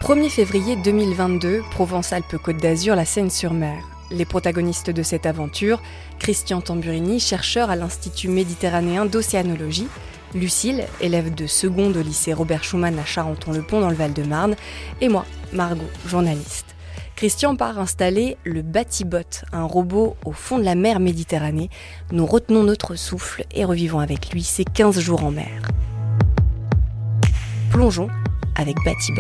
1er février 2022, Provence-Alpes-Côte d'Azur, la Seine-sur-Mer. Les protagonistes de cette aventure, Christian Tamburini, chercheur à l'Institut méditerranéen d'océanologie, Lucille, élève de seconde au lycée Robert Schuman à Charenton-le-Pont dans le Val-de-Marne, et moi, Margot, journaliste. Christian part installer le Batibot, un robot au fond de la mer Méditerranée. Nous retenons notre souffle et revivons avec lui ses 15 jours en mer. Plongeons avec Batibot.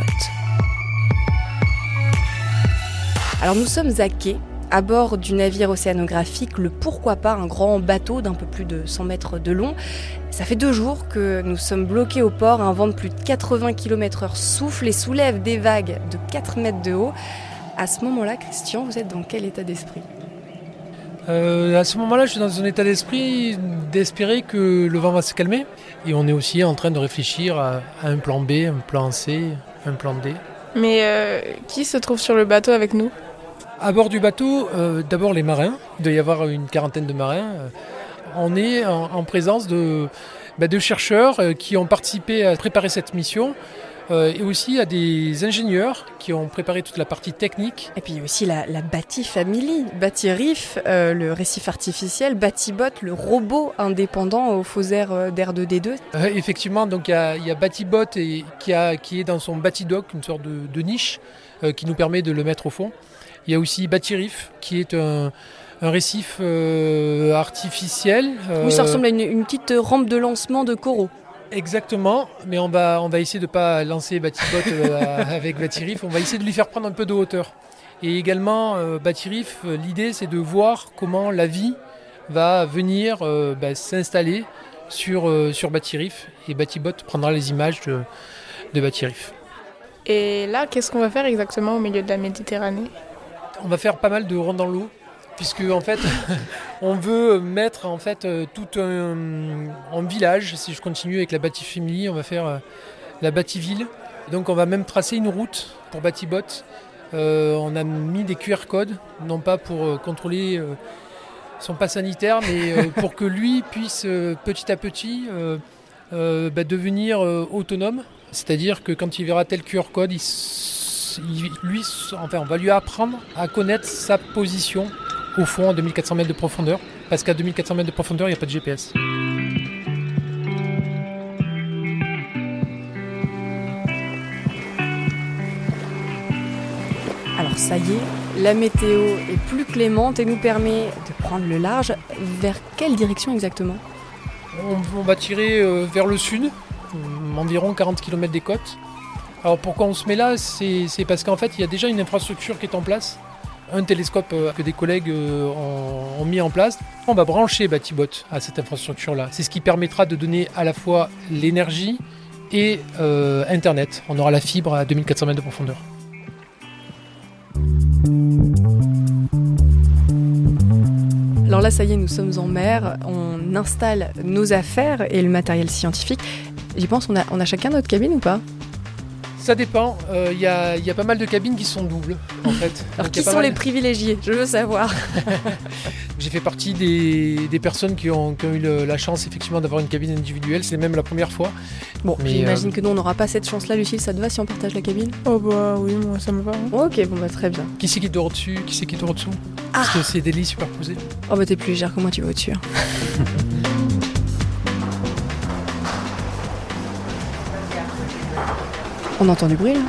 Alors nous sommes à quai, à bord du navire océanographique, le pourquoi pas, un grand bateau d'un peu plus de 100 mètres de long. Ça fait 2 jours que nous sommes bloqués au port, un vent de plus de 80 km/h souffle et soulève des vagues de 4 mètres de haut. À ce moment-là, Christian, vous êtes dans quel état d'esprit ? À ce moment-là, je suis dans un état d'esprit d'espérer que le vent va se calmer. Et on est aussi en train de réfléchir à un plan B, un plan C, un plan D. Mais qui se trouve sur le bateau avec nous ? À bord du bateau, d'abord les marins. Il doit y avoir une quarantaine de marins. On est en présence de chercheurs qui ont participé à préparer cette mission. Et aussi à des ingénieurs qui ont préparé toute la partie technique. Et puis aussi la Batifamily, Batirif, le récif artificiel, Batibot, le robot indépendant aux faux airs d'R2D2. Effectivement, donc il y a Batibot qui est dans son Batidock, une sorte de niche qui nous permet de le mettre au fond. Il y a aussi Batirif qui est un récif artificiel. Oui, ça ressemble à une petite rampe de lancement de coraux. Exactement, mais on va essayer de ne pas lancer Batibot avec Batirif, on va essayer de lui faire prendre un peu de hauteur. Et également, Batirif, l'idée c'est de voir comment la vie va venir s'installer sur Batirif, et Batibot prendra les images de Batirif. Et là, qu'est-ce qu'on va faire exactement au milieu de la Méditerranée ? On va faire pas mal de ronds dans l'eau. Puisque en fait, on veut mettre en fait tout un village. Si je continue avec la Batifamily, on va faire la Bativille. Donc on va même tracer une route pour Batibot. On a mis des QR codes, non pas pour contrôler son pass sanitaire, mais pour que lui puisse petit à petit devenir autonome. C'est-à-dire que quand il verra tel QR code, on va lui apprendre à connaître sa position au fond à 2400 mètres de profondeur, parce qu'à 2400 mètres de profondeur, il n'y a pas de GPS. Alors ça y est, la météo est plus clémente et nous permet de prendre le large. Vers quelle direction exactement ? On va tirer vers le sud, environ 40 km des côtes. Alors pourquoi on se met là ? C'est parce qu'en fait, il y a déjà une infrastructure qui est en place. Un télescope que des collègues ont mis en place. On va brancher Batibot à cette infrastructure-là. C'est ce qui permettra de donner à la fois l'énergie et Internet. On aura la fibre à 2400 mètres de profondeur. Alors là, ça y est, nous sommes en mer. On installe nos affaires et le matériel scientifique. J'y pense, on a chacun notre cabine ou pas ? Ça dépend, il y a pas mal de cabines qui sont doubles en fait. Alors qui sont les privilégiés ? Je veux savoir. J'ai fait partie des personnes qui ont eu la chance effectivement d'avoir une cabine individuelle, c'est même la première fois. Bon, mais j'imagine que nous on n'aura pas cette chance-là, Lucille, ça te va si on partage la cabine ? Oh bah oui, moi ça me va. Ok, bon bah très bien. Qui c'est qui dort au-dessus ? Qui c'est qui dort au-dessous ? Parce que c'est des lits superposés. Oh bah t'es plus légère que moi, tu vas au-dessus. On entend du bruit là.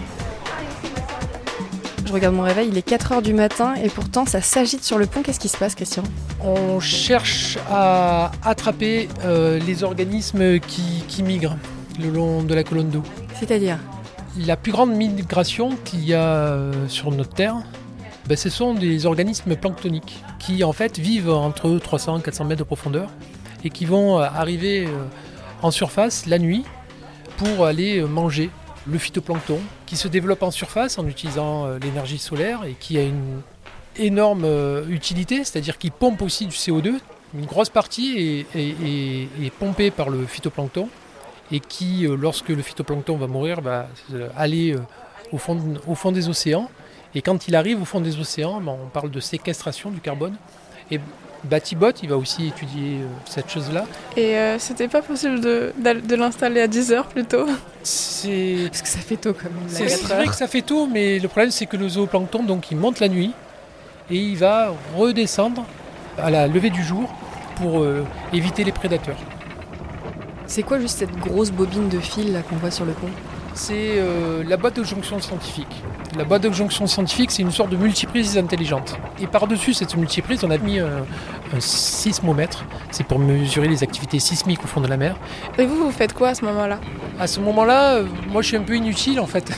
Je regarde mon réveil, il est 4h du matin et pourtant ça s'agite sur le pont. Qu'est-ce qui se passe, Christian ? On cherche à attraper les organismes qui migrent le long de la colonne d'eau. C'est-à-dire ? La plus grande migration qu'il y a sur notre Terre, ce sont des organismes planctoniques qui en fait vivent entre 300 et 400 mètres de profondeur et qui vont arriver en surface la nuit pour aller manger le phytoplancton qui se développe en surface en utilisant l'énergie solaire et qui a une énorme utilité, c'est-à-dire qu'il pompe aussi du CO2. Une grosse partie est pompée par le phytoplancton et qui, lorsque le phytoplancton va mourir, va aller au fond des océans. Et quand il arrive au fond des océans, on parle de séquestration du carbone. Et Batibot, il va aussi étudier cette chose-là. Et c'était pas possible de l'installer à 10h plus tôt ? C'est Parce que ça fait tôt quand même. c'est vrai que ça fait tôt, mais le problème c'est que le zooplancton, donc, il monte la nuit et il va redescendre à la levée du jour pour éviter les prédateurs. C'est quoi juste cette grosse bobine de fil là, qu'on voit sur le pont? C'est la boîte de jonction scientifique. La boîte de jonction scientifique, c'est une sorte de multiprise intelligente. Et par-dessus cette multiprise, on a mis un sismomètre. C'est pour mesurer les activités sismiques au fond de la mer. Et vous faites quoi à ce moment-là? À ce moment-là, moi je suis un peu inutile en fait.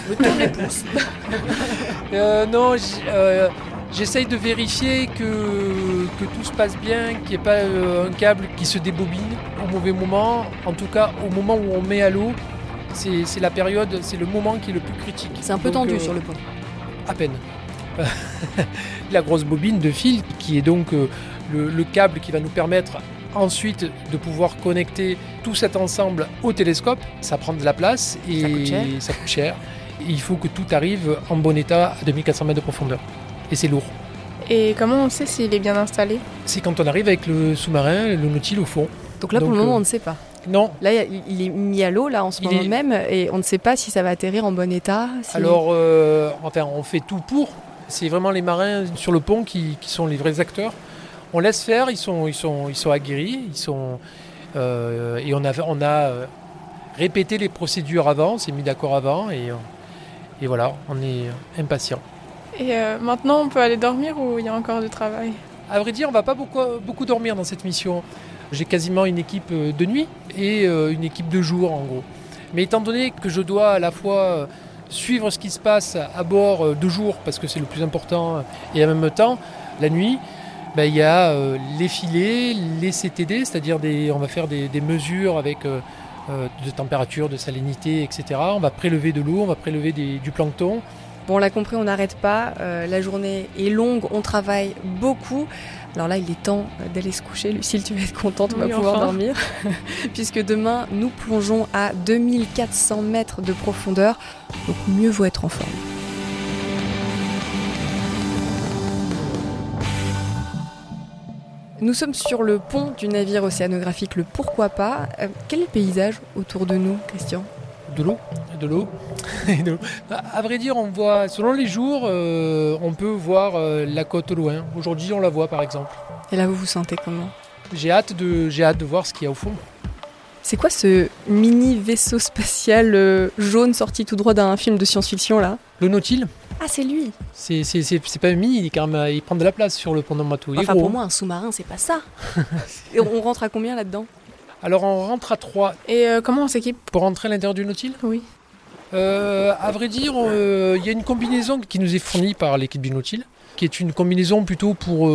Non, j'essaye de vérifier que tout se passe bien, qu'il n'y ait pas un câble qui se débobine au mauvais moment. En tout cas, au moment où on met à l'eau, c'est la période, c'est le moment qui est le plus critique. C'est un peu Donc, tendu sur le pont. À peine. La grosse bobine de fil qui est donc le câble qui va nous permettre ensuite de pouvoir connecter tout cet ensemble au télescope. Ça prend de la place et ça coûte cher. Et il faut que tout arrive en bon état à 2400 mètres de profondeur. Et c'est lourd. Et comment on sait s'il est bien installé? C'est quand on arrive avec le sous-marin, le Nautile au fond. Donc là, pour le moment, on ne sait pas. Non. Là, il est mis à l'eau là en ce moment même, et on ne sait pas si ça va atterrir en bon état. Alors, on fait tout pour. C'est vraiment les marins sur le pont qui sont les vrais acteurs. On laisse faire, ils sont aguerris, et on a répété les procédures avant, on s'est mis d'accord avant, et voilà, on est impatients. Et maintenant, on peut aller dormir ou il y a encore du travail? À vrai dire, on ne va pas beaucoup dormir dans cette mission. J'ai quasiment une équipe de nuit et une équipe de jour en gros. Mais étant donné que je dois à la fois suivre ce qui se passe à bord de jour, parce que c'est le plus important, et en même temps, la nuit, il y a les filets, les CTD, c'est-à-dire on va faire des mesures avec de température, de salinité, etc. On va prélever de l'eau, on va prélever du plancton. Bon, on l'a compris, on n'arrête pas. La journée est longue, on travaille beaucoup. Alors là, il est temps d'aller se coucher. Lucille, tu vas être contente, on va pouvoir dormir. Puisque demain, nous plongeons à 2400 mètres de profondeur. Donc mieux vaut être en forme. Nous sommes sur le pont du navire océanographique, le Pourquoi pas. Quel est le paysage autour de nous, Christian ? De l'eau. À vrai dire, on voit, selon les jours, on peut voir la côte au loin. Aujourd'hui, on la voit par exemple. Et là, vous vous sentez comment ? J'ai hâte de voir ce qu'il y a au fond. C'est quoi ce mini vaisseau spatial jaune sorti tout droit d'un film de science-fiction là ? Le Nautile. Ah, c'est lui. C'est pas un mini, il prend de la place sur le pont d'Amato. Enfin, pour moi, un sous-marin, c'est pas ça. Et on rentre à combien là-dedans ? Alors on rentre à 3. Et comment on s'équipe ? Pour rentrer à l'intérieur du Nautile ? Oui. À vrai dire, il y a une combinaison qui nous est fournie par l'équipe du Nautile, qui est une combinaison plutôt pour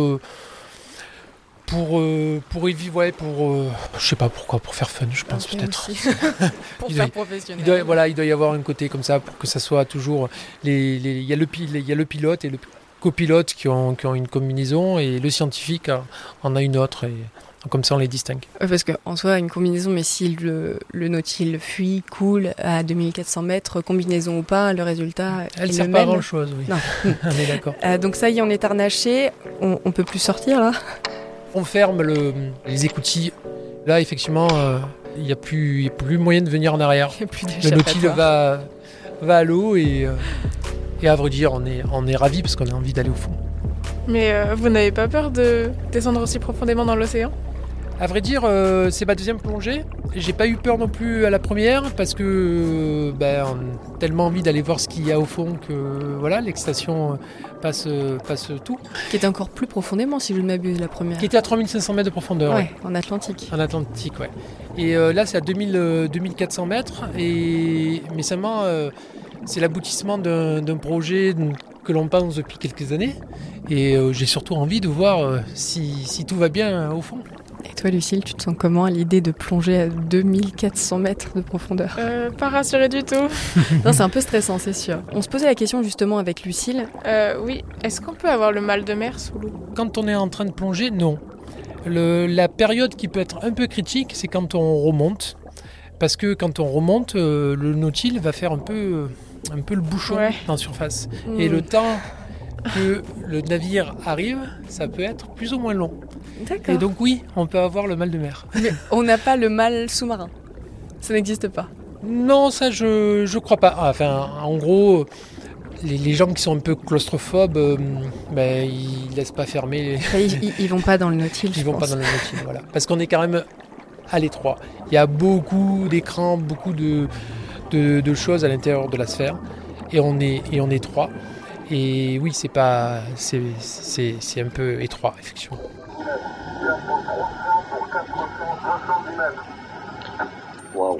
je sais pas pourquoi, pour faire fun, je pense peut-être. Pour faire professionnel. Il doit y avoir un côté comme ça pour que ça soit toujours il y a le pilote et le copilote qui ont une combinaison et le scientifique en a une autre et comme ça on les distingue. Parce qu'en soi, une combinaison, mais si le Nautile fuit, coule à 2400 mètres, combinaison ou pas, le résultat elle est sert le pas à même. grand chose, oui. Non. On est d'accord. Donc ça y est, on est harnaché, on peut plus sortir là. On ferme les écoutilles. Là, effectivement, il n'y a plus moyen de venir en arrière. Le Nautile va à l'eau et à vrai dire, on est ravis parce qu'on a envie d'aller au fond. Mais vous n'avez pas peur de descendre aussi profondément dans l'océan ? À vrai dire, c'est ma deuxième plongée. J'ai pas eu peur non plus à la première parce que on a tellement envie d'aller voir ce qu'il y a au fond que voilà, l'excitation passe tout. Qui était encore plus profondément, si je ne m'abuse, la première. Qui était à 3500 mètres de profondeur. Ouais, en Atlantique. En Atlantique, ouais. Et là, c'est à 2400 mètres. Mais seulement, c'est l'aboutissement d'un projet que l'on pense depuis quelques années. Et j'ai surtout envie de voir si tout va bien au fond. Et toi, Lucille, tu te sens comment à l'idée de plonger à 2400 mètres de profondeur ? Pas rassurée du tout. Non, c'est un peu stressant, c'est sûr. On se posait la question justement avec Lucille. Oui, est-ce qu'on peut avoir le mal de mer sous l'eau ? Quand on est en train de plonger, non. La période qui peut être un peu critique, c'est quand on remonte. Parce que quand on remonte, le Nautile va faire un peu le bouchon en surface. Et le temps que le navire arrive, ça peut être plus ou moins long. D'accord. Et donc oui, on peut avoir le mal de mer. Mais on n'a pas le mal sous-marin. Ça n'existe pas. Non, ça je crois pas. Enfin, en gros, les gens qui sont un peu claustrophobes, ils laissent pas fermer. Ils vont pas dans le Nautile, Ils vont pas dans le Nautile, voilà. Parce qu'on est quand même à l'étroit. Il y a beaucoup d'écrans, beaucoup de choses à l'intérieur de la sphère, et on est trois. Et oui, c'est un peu étroit, effectivement. Waouh.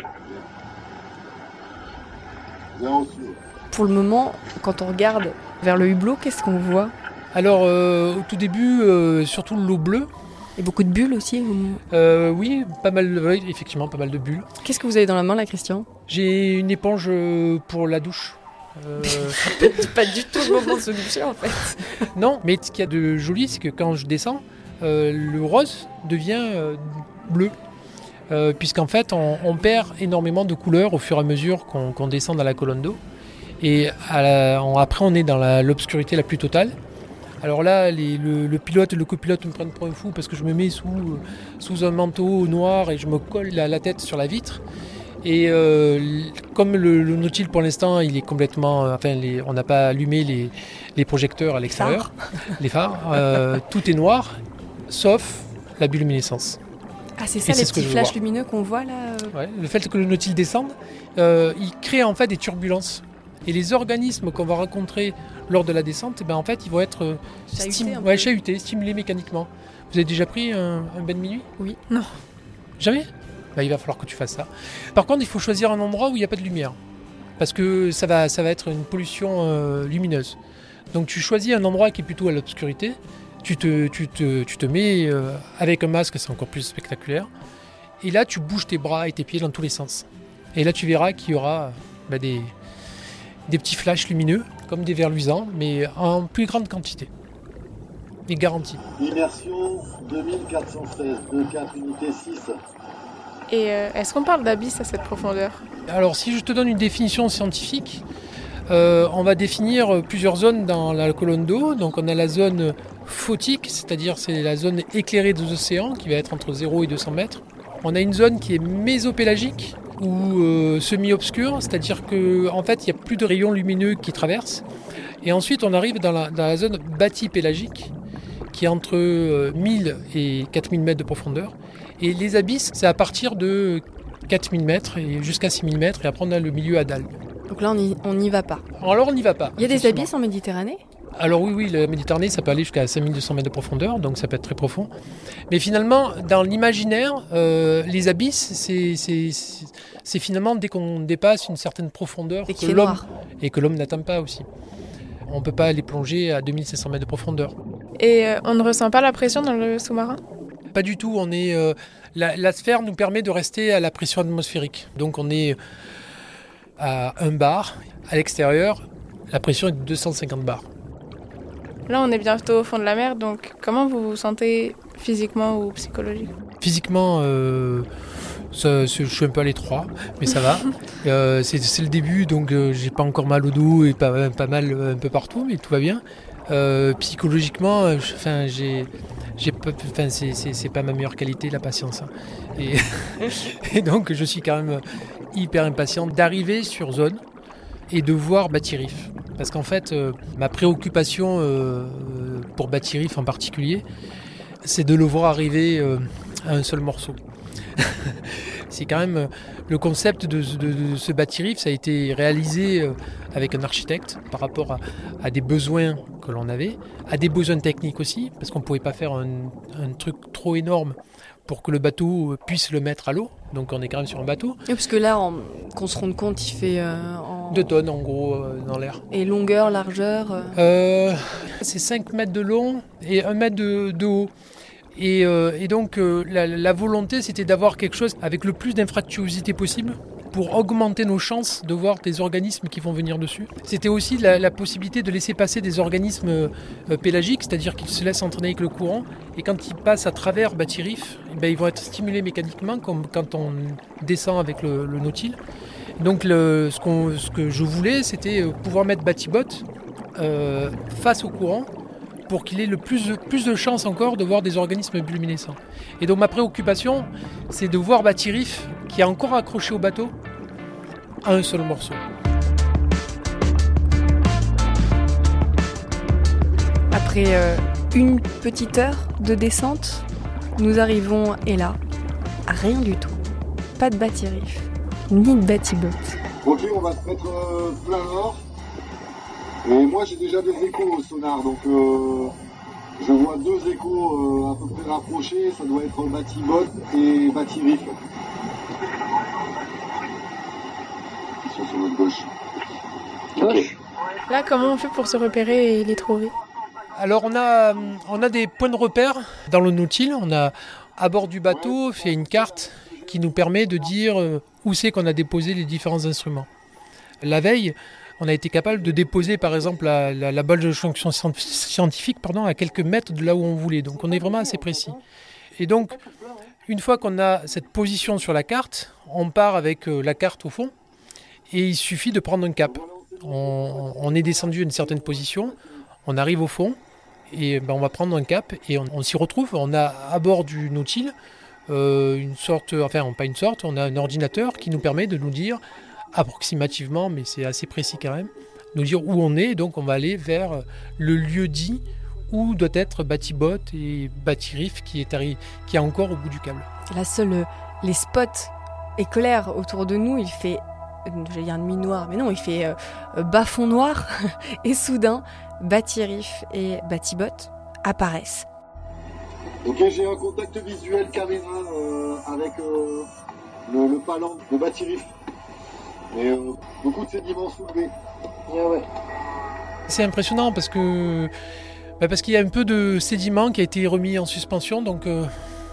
Pour le moment, quand on regarde vers le hublot, qu'est-ce qu'on voit? Alors, au tout début, surtout l'eau bleue. Et beaucoup de bulles aussi. Oui, effectivement, pas mal de bulles. Qu'est-ce que vous avez dans la main là, Christian? J'ai une éponge pour la douche. C'est pas du tout le moment de se doucher en fait. Non, mais ce qu'il y a de joli, c'est que quand je descends, le rose devient bleu. Puisqu'en fait, on perd énormément de couleurs au fur et à mesure qu'on descend dans la colonne d'eau. Et après, on est dans l'obscurité la plus totale. Alors là, le pilote et le copilote me prennent pour un fou parce que je me mets sous un manteau noir et je me colle la tête sur la vitre. Et comme le Nautile pour l'instant, il est complètement, on n'a pas allumé les projecteurs à l'extérieur, les phares, tout est noir, sauf la bioluminescence. Ah, c'est ça, les petits flashs lumineux qu'on voit là. Ouais, le fait que le Nautile descende, il crée en fait des turbulences. Et les organismes qu'on va rencontrer lors de la descente, en fait, ils vont être chahutés, stimulés mécaniquement. Vous avez déjà pris un bain de minuit? Oui. Non. Jamais? Il va falloir que tu fasses ça. Par contre, il faut choisir un endroit où il n'y a pas de lumière. Parce que ça va être une pollution lumineuse. Donc tu choisis un endroit qui est plutôt à l'obscurité. Tu te mets avec un masque, c'est encore plus spectaculaire. Et là, tu bouges tes bras et tes pieds dans tous les sens. Et là, tu verras qu'il y aura des petits flashs lumineux, comme des vers luisants, mais en plus grande quantité. Et garantie. Immersion 2416, 2-4 unité 6. Et est-ce qu'on parle d'abysse à cette profondeur? Alors, si je te donne une définition scientifique, on va définir plusieurs zones dans la colonne d'eau. Donc, on a la zone photique, c'est-à-dire c'est la zone éclairée des océans, qui va être entre 0 et 200 mètres. On a une zone qui est mésopélagique, ou semi-obscure, c'est-à-dire qu'en fait, il n'y a plus de rayons lumineux qui traversent. Et ensuite, on arrive dans la zone bâti-pélagique, qui est entre 1000 et 4000 mètres de profondeur. Et les abysses, c'est à partir de 4000 mètres et jusqu'à 6000 mètres. Et après, on a le milieu à dalle. Donc là, on n'y va pas. Alors, on n'y va pas. Il y a des abysses en Méditerranée? Alors oui, la Méditerranée, ça peut aller jusqu'à 5200 mètres de profondeur, donc ça peut être très profond. Mais finalement, dans l'imaginaire, les abysses, c'est finalement dès qu'on dépasse une certaine profondeur et que l'homme n'atteint pas aussi. On ne peut pas aller plonger à 2500 mètres de profondeur. Et on ne ressent pas la pression dans le sous-marin? Pas du tout. La sphère nous permet de rester à la pression atmosphérique. Donc on est à 1 bar. À l'extérieur, la pression est de 250 bars. Là, on est bientôt au fond de la mer, donc comment vous vous sentez physiquement ou psychologiquement? Physiquement, je suis un peu à l'étroit, mais ça va. C'est le début, donc j'ai pas encore mal au dos et pas mal un peu partout, mais tout va bien. Psychologiquement, c'est pas ma meilleure qualité, la patience. Hein. Et donc, je suis quand même hyper impatient d'arriver sur zone et de voir Batirif. Parce qu'en fait, ma préoccupation pour Batirif en particulier, c'est de le voir arriver à un seul morceau. C'est quand même le concept de ce Batirif, ça a été réalisé avec un architecte par rapport à des besoins que l'on avait, à des besoins techniques aussi, parce qu'on ne pouvait pas faire un truc trop énorme pour que le bateau puisse le mettre à l'eau. Donc on est quand même sur un bateau. Et parce que là, qu'on se rende compte, il fait 2 tonnes en gros dans l'air. Et longueur, largeur C'est 5 mètres de long et 1 mètre de haut. Et donc la volonté, c'était d'avoir quelque chose avec le plus d'infractuosité possible pour augmenter nos chances de voir des organismes qui vont venir dessus. C'était aussi la possibilité de laisser passer des organismes pélagiques, c'est-à-dire qu'ils se laissent entraîner avec le courant, et quand ils passent à travers Batirif, ils vont être stimulés mécaniquement, comme quand on descend avec le Nautile. Donc ce que je voulais, c'était pouvoir mettre Batibot face au courant, pour qu'il ait le plus de chances encore de voir des organismes bioluminescents. Et donc ma préoccupation, c'est de voir Batirif, qui est encore accroché au bateau, à un seul morceau. Après une petite heure de descente, nous arrivons, et là, à rien du tout. Pas de bâti-riff, ni de bâti-boat. Ok, on va se mettre plein nord. Et moi j'ai déjà des échos au sonar, donc je vois 2 échos à peu près rapprochés. Ça doit être bâti-boat et bâti-riff. Ils sont sur notre gauche. Ok. Là, comment on fait pour se repérer et les trouver? Alors on a des points de repère dans le Nautil. On a à bord du bateau fait une carte qui nous permet de dire où c'est qu'on a déposé les différents instruments. La veille, on a été capable de déposer par exemple la balle de jonction scientifique à quelques mètres de là où on voulait. Donc on est vraiment assez précis. Et donc une fois qu'on a cette position sur la carte, on part avec la carte au fond et il suffit de prendre un cap. On est descendu à une certaine position, on arrive au fond et on va prendre un cap et on s'y retrouve. On a à bord du Nautil on a un ordinateur qui nous permet de nous dire approximativement, mais c'est assez précis quand même, nous dire où on est. Donc on va aller vers le lieu dit où doit être bâti-boat et bâti-riff qui est encore au bout du câble. Là, seuls les spots éclairent autour de nous. Il fait, j'allais dire nuit noire, mais non, il fait bas-fond noir. Et soudain, bâti-riff et bâti-boat apparaissent. Ok, j'ai un contact visuel caméra avec le palan de bâti-riff. Et beaucoup de sédiments soulevés. Ouais. C'est impressionnant parce qu'il y a un peu de sédiment qui a été remis en suspension, donc on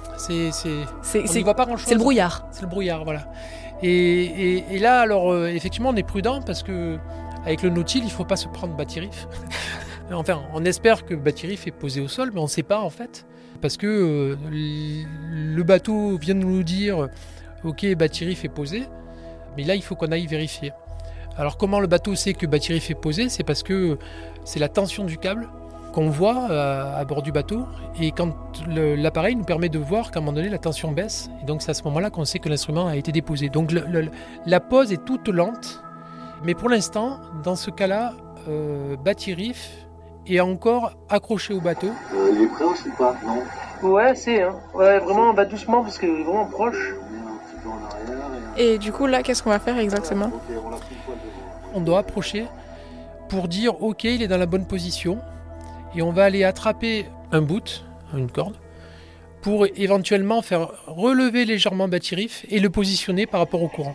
n'y voit pas grand-chose. C'est le brouillard. C'est le brouillard, voilà. Et là, alors effectivement, on est prudent parce que avec le Nautil, il ne faut pas se prendre bâti-riff. Enfin, on espère que bâti-riff est posé au sol, mais on ne sait pas en fait. Parce que le bateau vient de nous dire ok, bâti-riff est posé, mais là il faut qu'on aille vérifier. Alors comment le bateau sait que bâti-riff est posé? C'est parce que c'est la tension du câble qu'on voit à bord du bateau, et quand l'appareil nous permet de voir qu'à un moment donné la tension baisse, et donc c'est à ce moment là qu'on sait que l'instrument a été déposé. Donc la pose est toute lente, mais pour l'instant dans ce cas là bâti-riff est encore accroché au bateau. Il est proche ou pas? Non. Ouais, c'est, hein. Ouais, vraiment, va doucement parce qu'il est vraiment proche. Un petit peu en arrière. Et du coup, là, qu'est-ce qu'on va faire exactement? Ok, on l'a pris une fois le devant. On doit approcher pour dire ok, il est dans la bonne position, et on va aller attraper un bout, une corde, pour éventuellement faire relever légèrement bâti-riff et le positionner par rapport au courant.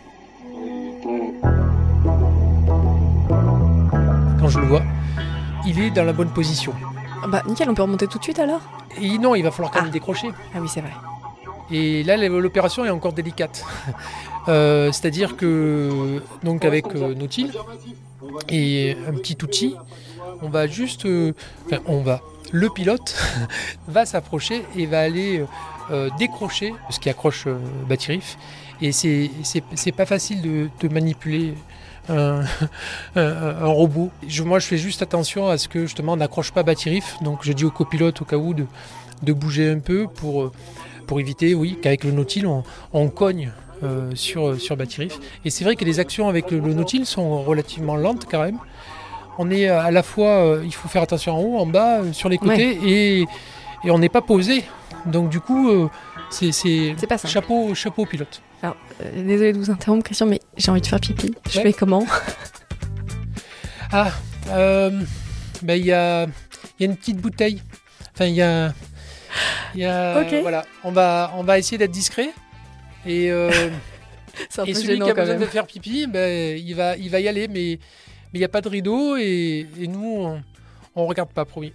Quand je le vois, il est dans la bonne position. Bah nickel, on peut remonter tout de suite alors? Et non, il va falloir quand même décrocher. Ah oui, c'est vrai. Et là, l'opération est encore délicate. C'est-à-dire que, donc avec Nautil et un petit outil, on va juste... le pilote va s'approcher et va aller décrocher ce qui accroche bâti-riff. Et c'est pas facile de manipuler un robot. Moi, je fais juste attention à ce que justement on n'accroche pas bâti-riff. Donc, je dis au copilote au cas où de bouger un peu pour éviter, oui, qu'avec le Nautil on cogne sur bâti-riff. Et c'est vrai que les actions avec le Nautil sont relativement lentes quand même. On est à la fois, il faut faire attention en haut, en bas, sur les côtés, ouais. et on n'est pas posé. Donc du coup, c'est pas ça. Chapeau au pilote. Alors, désolé de vous interrompre, Christian, mais j'ai envie de faire pipi. Je fais comment? Il y a une petite bouteille. Enfin, il y a okay. Voilà. On va essayer d'être discret. Et c'est un peu celui gênant, qui a quand besoin même de faire pipi, il va y aller, mais il n'y a pas de rideau et nous, on regarde pas, promis.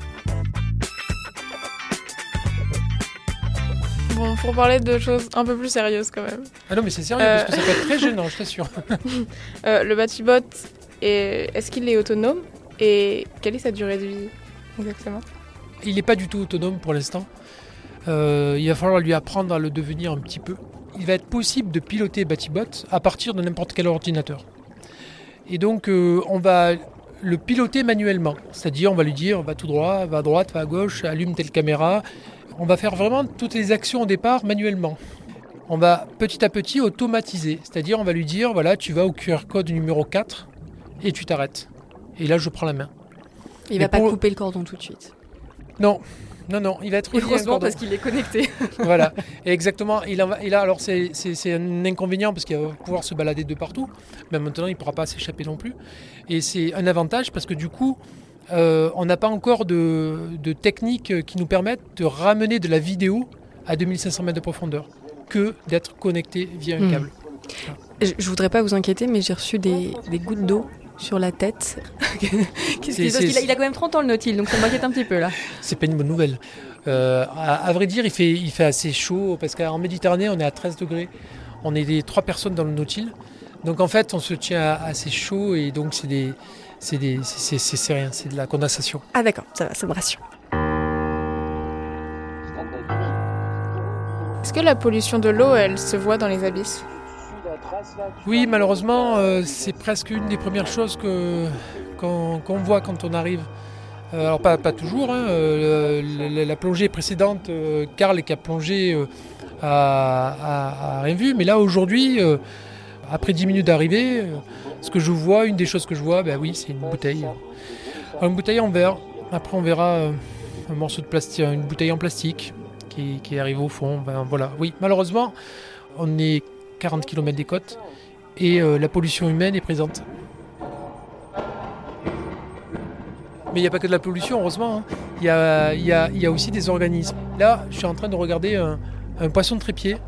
Bon, pour parler de choses un peu plus sérieuses quand même. Ah non, mais c'est sérieux, parce que ça peut être très gênant, je t'assure. Le bâti-boat, est-ce qu'il est autonome? Et quelle est sa durée de vie exactement? Il n'est pas du tout autonome pour l'instant. Il va falloir lui apprendre à le devenir un petit peu. Il va être possible de piloter bâti-boat à partir de n'importe quel ordinateur. Et donc, on va le piloter manuellement. C'est-à-dire, on va lui dire, va tout droit, va à droite, va à gauche, allume telle caméra. On va faire vraiment toutes les actions au départ manuellement. on va petit à petit automatiser. C'est-à-dire, on va lui dire, voilà, tu vas au QR code numéro 4 et tu t'arrêtes. Et là, je prends la main. Il va pas couper le cordon tout de suite. Non, il va être relié à un Heureusement cordon. parce qu'il est connecté. Voilà, et exactement. Et là, alors c'est un inconvénient parce qu'il va pouvoir se balader de partout, mais maintenant il ne pourra pas s'échapper non plus. Et c'est un avantage parce que du coup, on n'a pas encore de techniques qui nous permettent de ramener de la vidéo à 2500 mètres de profondeur que d'être connecté via un câble. Je voudrais pas vous inquiéter, mais j'ai reçu des gouttes d'eau sur la tête. Il a quand même 30 ans le Nautil, donc ça m'inquiète un petit peu là. C'est pas une bonne nouvelle. À vrai dire, il fait assez chaud parce qu'en Méditerranée, on est à 13 degrés. On est 3 personnes dans le Nautil. Donc en fait, on se tient assez chaud et donc c'est rien, c'est de la condensation. Ah d'accord, ça va, ça me rassure. Est-ce que la pollution de l'eau, elle se voit dans les abysses ? Oui, malheureusement, c'est presque une des premières choses qu'on voit quand on arrive. Alors pas toujours, hein, la plongée précédente, Karl qui a plongé a rien vu, mais là aujourd'hui, après 10 minutes d'arrivée, une des choses que je vois, oui, c'est une bouteille. Alors, une bouteille en verre, après on verra un morceau de plastique, une bouteille en plastique qui arrive au fond. Voilà. Oui, malheureusement, on est 40 km des côtes et la pollution humaine est présente. Mais il n'y a pas que de la pollution, heureusement. Il y a aussi des organismes. Là, je suis en train de regarder un poisson de trépied.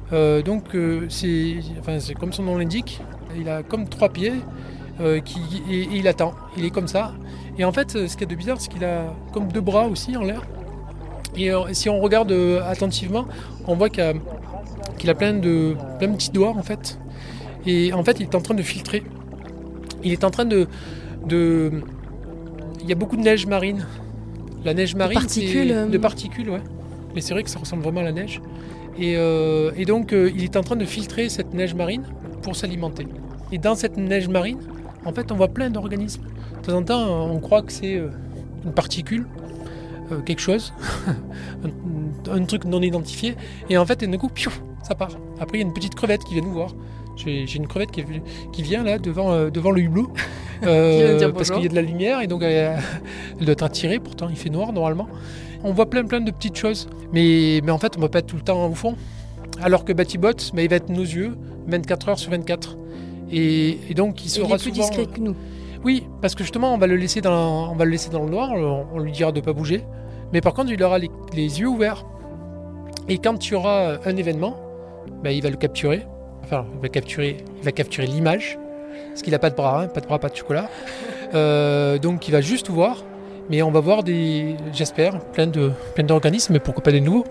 C'est comme son nom l'indique. Il a comme 3 pieds et il attend. Il est comme ça. Et en fait, ce qu'il y a de bizarre, c'est qu'il a comme 2 bras aussi en l'air. Et si on regarde attentivement, on voit qu'il a plein de petits doigts en fait. Et en fait, il est en train de filtrer. Il est en train de... Il y a beaucoup de neige marine. La neige marine, de particules, ouais. Mais c'est vrai que ça ressemble vraiment à la neige. Et donc, il est en train de filtrer cette neige marine pour s'alimenter. Et dans cette neige marine, en fait, on voit plein d'organismes. De temps en temps, on croit que c'est une particule, quelque chose, un truc non identifié. Et en fait, d'un coup, piou, ça part. Après, il y a une petite crevette qui vient nous voir. J'ai une crevette qui vient là devant le hublot parce qu'il y a de la lumière et donc elle doit être attirée. Pourtant, il fait noir normalement. On voit plein de petites choses, mais en fait, on ne va pas être tout le temps au fond. Alors que Batibot, il va être nos yeux 24 heures sur 24. Et donc, il sera plus souvent discret que nous. Oui, parce que justement, on va le laisser dans le noir. On lui dira de ne pas bouger. Mais par contre, il aura les yeux ouverts. Et quand il y aura un événement, il va le capturer. Enfin, il va capturer l'image, parce qu'il n'a pas de bras, pas de chocolat. Donc il va juste tout voir, mais on va voir j'espère, plein d'organismes, mais pourquoi pas des nouveaux.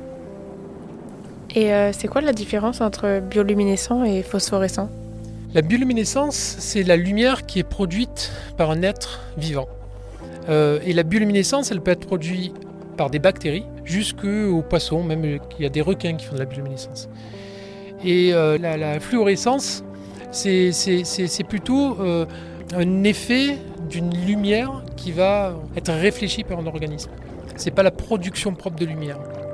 Et c'est quoi la différence entre bioluminescent et phosphorescent ? La bioluminescence, c'est la lumière qui est produite par un être vivant. Et la bioluminescence, elle peut être produite par des bactéries, jusqu'aux poissons, même il y a des requins qui font de la bioluminescence. Et la fluorescence, c'est plutôt un effet d'une lumière qui va être réfléchie par un organisme. C'est pas la production propre de lumière.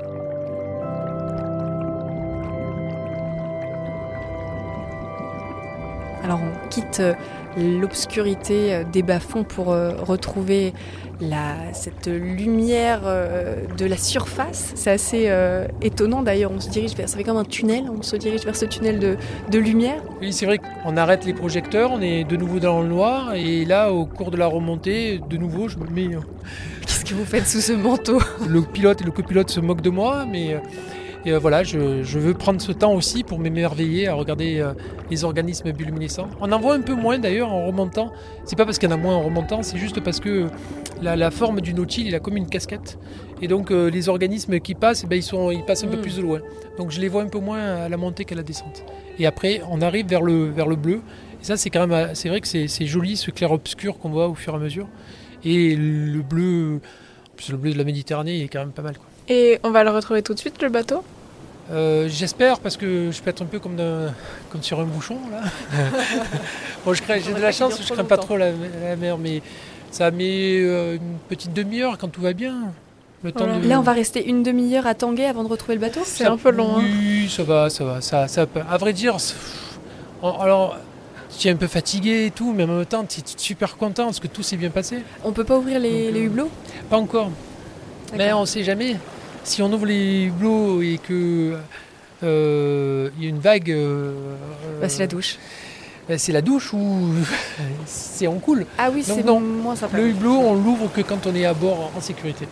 Alors on quitte l'obscurité des bas-fonds pour retrouver cette lumière de la surface. C'est assez étonnant d'ailleurs, ça fait comme un tunnel, on se dirige vers ce tunnel de lumière. Oui, c'est vrai qu'on arrête les projecteurs, on est de nouveau dans le noir et là au cours de la remontée, de nouveau je me mets... Qu'est-ce que vous faites sous ce manteau ? Le pilote et le copilote se moquent de moi, mais... Et voilà, je veux prendre ce temps aussi pour m'émerveiller à regarder les organismes bioluminescents. On en voit un peu moins d'ailleurs en remontant. C'est pas parce qu'il y en a moins en remontant, c'est juste parce que la forme du Nautil, il a comme une casquette. Et donc les organismes qui passent, ils passent un peu plus de loin. Donc je les vois un peu moins à la montée qu'à la descente. Et après, on arrive vers le bleu. Et ça, c'est quand même, c'est vrai que c'est joli, ce clair-obscur qu'on voit au fur et à mesure. Et le bleu de la Méditerranée, il est quand même pas mal, quoi. Et on va le retrouver tout de suite, le bateau ? J'espère, parce que je peux être un peu comme sur un bouchon là. Bon, j'ai de la chance, je crains pas trop la mer, mais ça met une petite demi-heure quand tout va bien. Le temps Voilà. de... Là, on va rester une demi-heure à Tanguay avant de retrouver le bateau. C'est un peu long. Hein. Oui, ça va. À vrai dire, alors, tu es un peu fatigué et tout, mais en même temps, tu es super content parce que tout s'est bien passé. On peut pas ouvrir les hublots? Pas encore. Mais D'accord. on ne sait jamais. Si on ouvre les hublots et que il y a une vague... C'est la douche. C'est la douche ou c'est on coule. Ah oui, Donc c'est non, moins sympa. Le hublot, on l'ouvre que quand on est à bord en sécurité.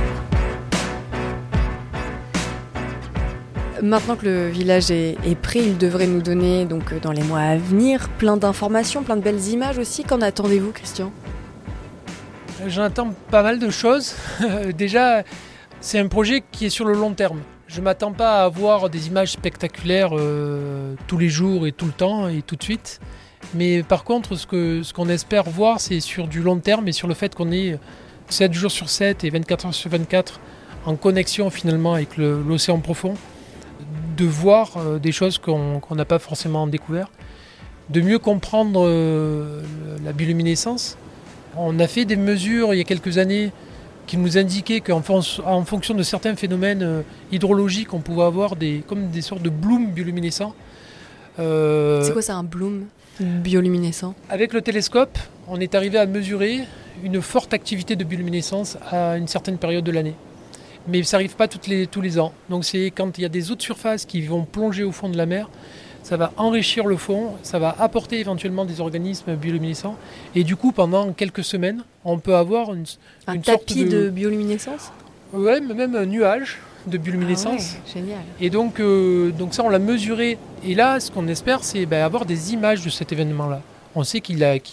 Maintenant que le village est prêt, il devrait nous donner, donc dans les mois à venir, plein d'informations, plein de belles images aussi. Qu'en attendez-vous, Christian? J'en attends pas mal de choses. Déjà, c'est un projet qui est sur le long terme. Je ne m'attends pas à avoir des images spectaculaires tous les jours et tout le temps et tout de suite. Mais par contre, ce qu'on espère voir, c'est sur du long terme et sur le fait qu'on est 7 jours sur 7 et 24 heures sur 24 en connexion finalement avec l'océan profond, de voir des choses qu'on n'a pas forcément découvert, de mieux comprendre la bioluminescence. On a fait des mesures il y a quelques années qui nous indiquaient qu'en fonction de certains phénomènes hydrologiques, on pouvait avoir comme des sortes de blooms bioluminescents. C'est quoi ça, un bloom bioluminescent? Avec le télescope, on est arrivé à mesurer une forte activité de bioluminescence à une certaine période de l'année. Mais ça n'arrive pas tous les ans. Donc c'est quand il y a des eaux de surface qui vont plonger au fond de la mer, ça va enrichir le fond, ça va apporter éventuellement des organismes bioluminescents. Et du coup, pendant quelques semaines, on peut avoir une sorte tapis de bioluminescence? Ouais, mais même un nuage de bioluminescence. Ah ouais, génial. Et donc ça, on l'a mesuré. Et là, ce qu'on espère, c'est avoir des images de cet événement-là. On sait qu'il est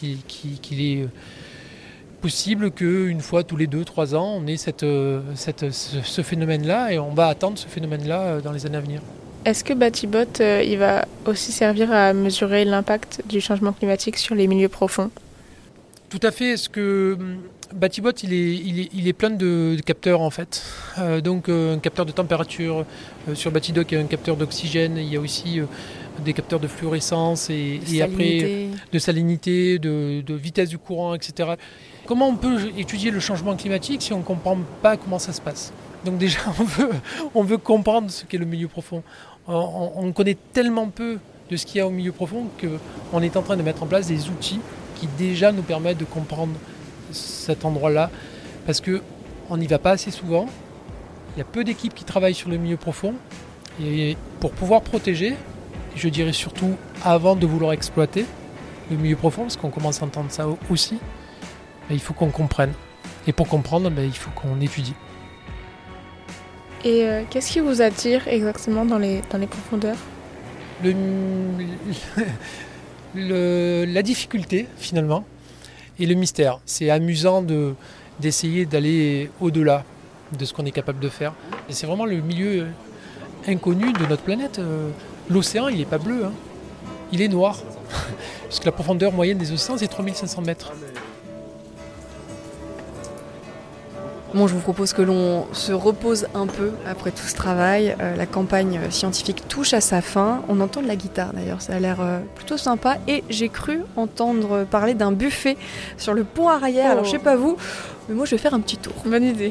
possible qu'une fois tous les 2-3 ans, on ait ce phénomène-là, et on va attendre ce phénomène-là dans les années à venir. Est-ce que Batibot, il va aussi servir à mesurer l'impact du changement climatique sur les milieux profonds? Tout à fait. Ce que Batibot, il est plein de capteurs en fait. Donc un capteur de température sur Batidoc, il y a un capteur d'oxygène. Il y a aussi des capteurs de fluorescence et après de salinité, de vitesse du courant, etc. Comment on peut étudier le changement climatique si on ne comprend pas comment ça se passe? Donc déjà, on veut comprendre ce qu'est le milieu profond. On connaît tellement peu de ce qu'il y a au milieu profond qu'on est en train de mettre en place des outils qui déjà nous permettent de comprendre cet endroit-là, parce qu'on n'y va pas assez souvent, il y a peu d'équipes qui travaillent sur le milieu profond, et pour pouvoir protéger, je dirais surtout avant de vouloir exploiter le milieu profond, parce qu'on commence à entendre ça aussi, il faut qu'on comprenne. Et pour comprendre, il faut qu'on étudie. Et qu'est-ce qui vous attire exactement dans les profondeurs? La difficulté finalement et le mystère. C'est amusant d'essayer d'aller au-delà de ce qu'on est capable de faire. Et c'est vraiment le milieu inconnu de notre planète. L'océan, il n'est pas bleu, hein. Il est noir. Puisque la profondeur moyenne des océans, c'est 3500 mètres. Bon, je vous propose que l'on se repose un peu après tout ce travail. La campagne scientifique touche à sa fin. On entend de la guitare d'ailleurs, ça a l'air plutôt sympa. Et j'ai cru entendre parler d'un buffet sur le pont arrière. Alors je sais pas vous, mais moi je vais faire un petit tour. Bonne idée.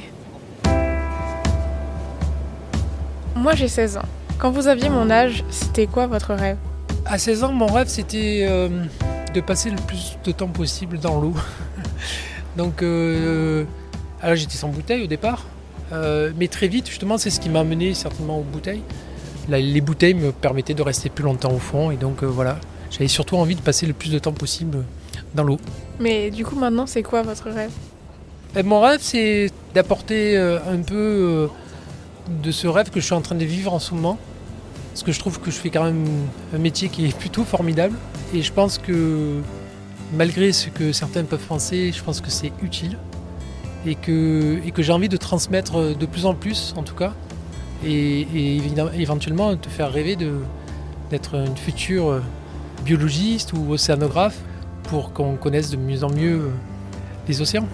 Moi j'ai 16 ans. Quand vous aviez mon âge, c'était quoi votre rêve? À 16 ans, mon rêve c'était de passer le plus de temps possible dans l'eau. Donc... alors j'étais sans bouteille au départ, mais très vite justement c'est ce qui m'a amené certainement aux bouteilles. Les bouteilles me permettaient de rester plus longtemps au fond et donc voilà, j'avais surtout envie de passer le plus de temps possible dans l'eau. Mais du coup maintenant c'est quoi votre rêve? Mon rêve c'est d'apporter un peu de ce rêve que je suis en train de vivre en ce moment, parce que je trouve que je fais quand même un métier qui est plutôt formidable et je pense que malgré ce que certains peuvent penser, je pense que c'est utile. Et que j'ai envie de transmettre de plus en plus, en tout cas, et éventuellement te faire rêver d'être une future biologiste ou océanographe pour qu'on connaisse de mieux en mieux les océans.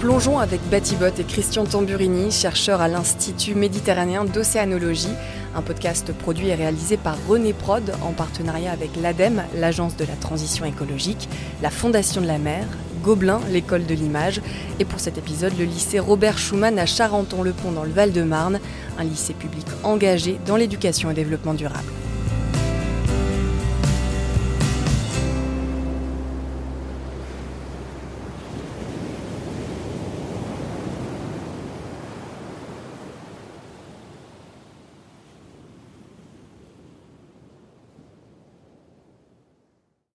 Plongeons avec Batibot et Christian Tamburini, chercheurs à l'Institut méditerranéen d'océanologie, un podcast produit et réalisé par René Prod en partenariat avec l'ADEME, l'Agence de la transition écologique, la Fondation de la mer, Gobelin, l'école de l'image, et pour cet épisode, le lycée Robert Schuman à Charenton-le-Pont dans le Val-de-Marne, un lycée public engagé dans l'éducation et développement durable.